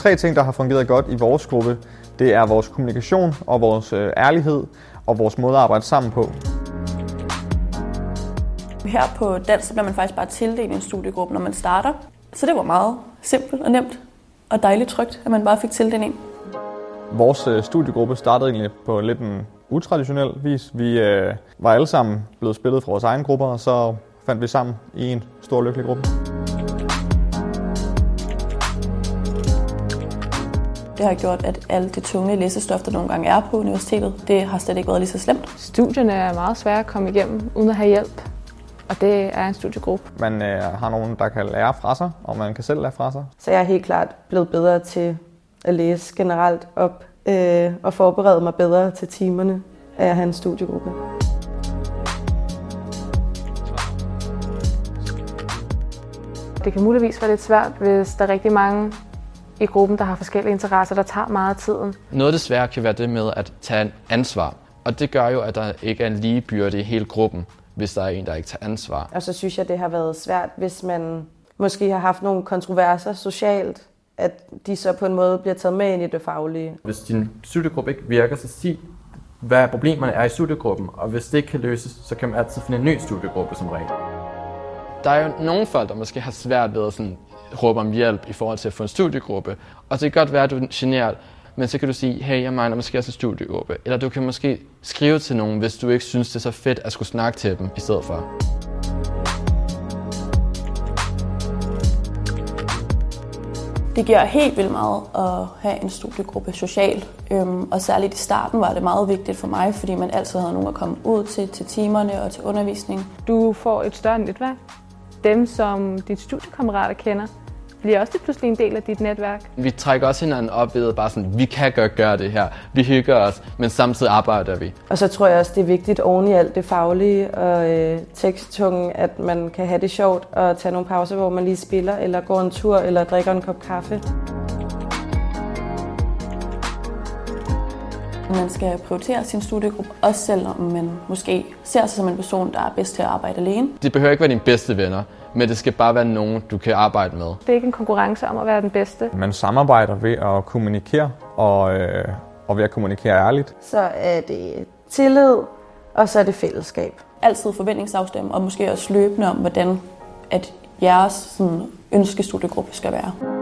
3 ting, der har fungeret godt i vores gruppe, det er vores kommunikation og vores ærlighed og vores måde at arbejde sammen på. Her på dans bliver man faktisk bare tildelt en studiegruppe, når man starter. Så det var meget simpelt og nemt og dejligt trygt, at man bare fik tildelt en. Vores studiegruppe startede egentlig på lidt en utraditionel vis. Vi var alle sammen blevet spillet fra vores egne grupper, og så fandt vi sammen i en stor lykkelig gruppe. Det har gjort, at alt det tunge læsestof, der nogle gange er på universitetet, det har slet ikke været lige så slemt. Studierne er meget svære at komme igennem uden at have hjælp, og det er en studiegruppe. Man har nogen, der kan lære fra sig, og man kan selv lære fra sig. Så jeg er helt klart blevet bedre til at læse generelt op og forberede mig bedre til timerne af at have en studiegruppe. Det kan muligvis være lidt svært, hvis der er rigtig mange i gruppen, der har forskellige interesser, der tager meget af tiden. Noget af det svære kan være det med at tage ansvar, og det gør jo, at der ikke er en lige byrde i hele gruppen, hvis der er en, der ikke tager ansvar. Og så synes jeg, det har været svært, hvis man måske har haft nogle kontroverser socialt, at de så på en måde bliver taget med ind i det faglige. Hvis din studiegruppe ikke virker, så sig, hvad problemerne er i studiegruppen, og hvis det ikke kan løses, så kan man altid finde en ny studiegruppe som regel. Der er jo nogle folk, der måske har svært ved at sådan råbe om hjælp i forhold til at få en studiegruppe, og det kan godt være, at du er generet, men så kan du sige, hey, jeg mangler måske også en studiegruppe, eller du kan måske skrive til nogen, hvis du ikke synes, det er så fedt at skulle snakke til dem i stedet for. Det giver helt vildt meget at have en studiegruppe socialt, og særligt i starten var det meget vigtigt for mig, fordi man altid havde nogen at komme ud til timerne og til undervisning. Du får et større netværk. Dem, som dine studiekammerater kender, bliver også pludselig en del af dit netværk. Vi trækker også hinanden op ved bare sådan, vi kan godt gøre det her, vi hygger os, men samtidig arbejder vi. Og så tror jeg også, det er vigtigt oven i alt det faglige og teksttunge, at man kan have det sjovt og tage nogle pauser, hvor man lige spiller, eller går en tur, eller drikker en kop kaffe. Man skal prioritere sin studiegruppe, også selvom man måske ser sig som en person, der er bedst til at arbejde alene. Det behøver ikke være dine bedste venner, men det skal bare være nogen, du kan arbejde med. Det er ikke en konkurrence om at være den bedste. Man samarbejder ved at kommunikere, og ved at kommunikere ærligt. Så er det tillid, og så er det fællesskab. Altid forventningsafstemme, og måske også løbende om, hvordan at jeres ønskestudiegruppe skal være.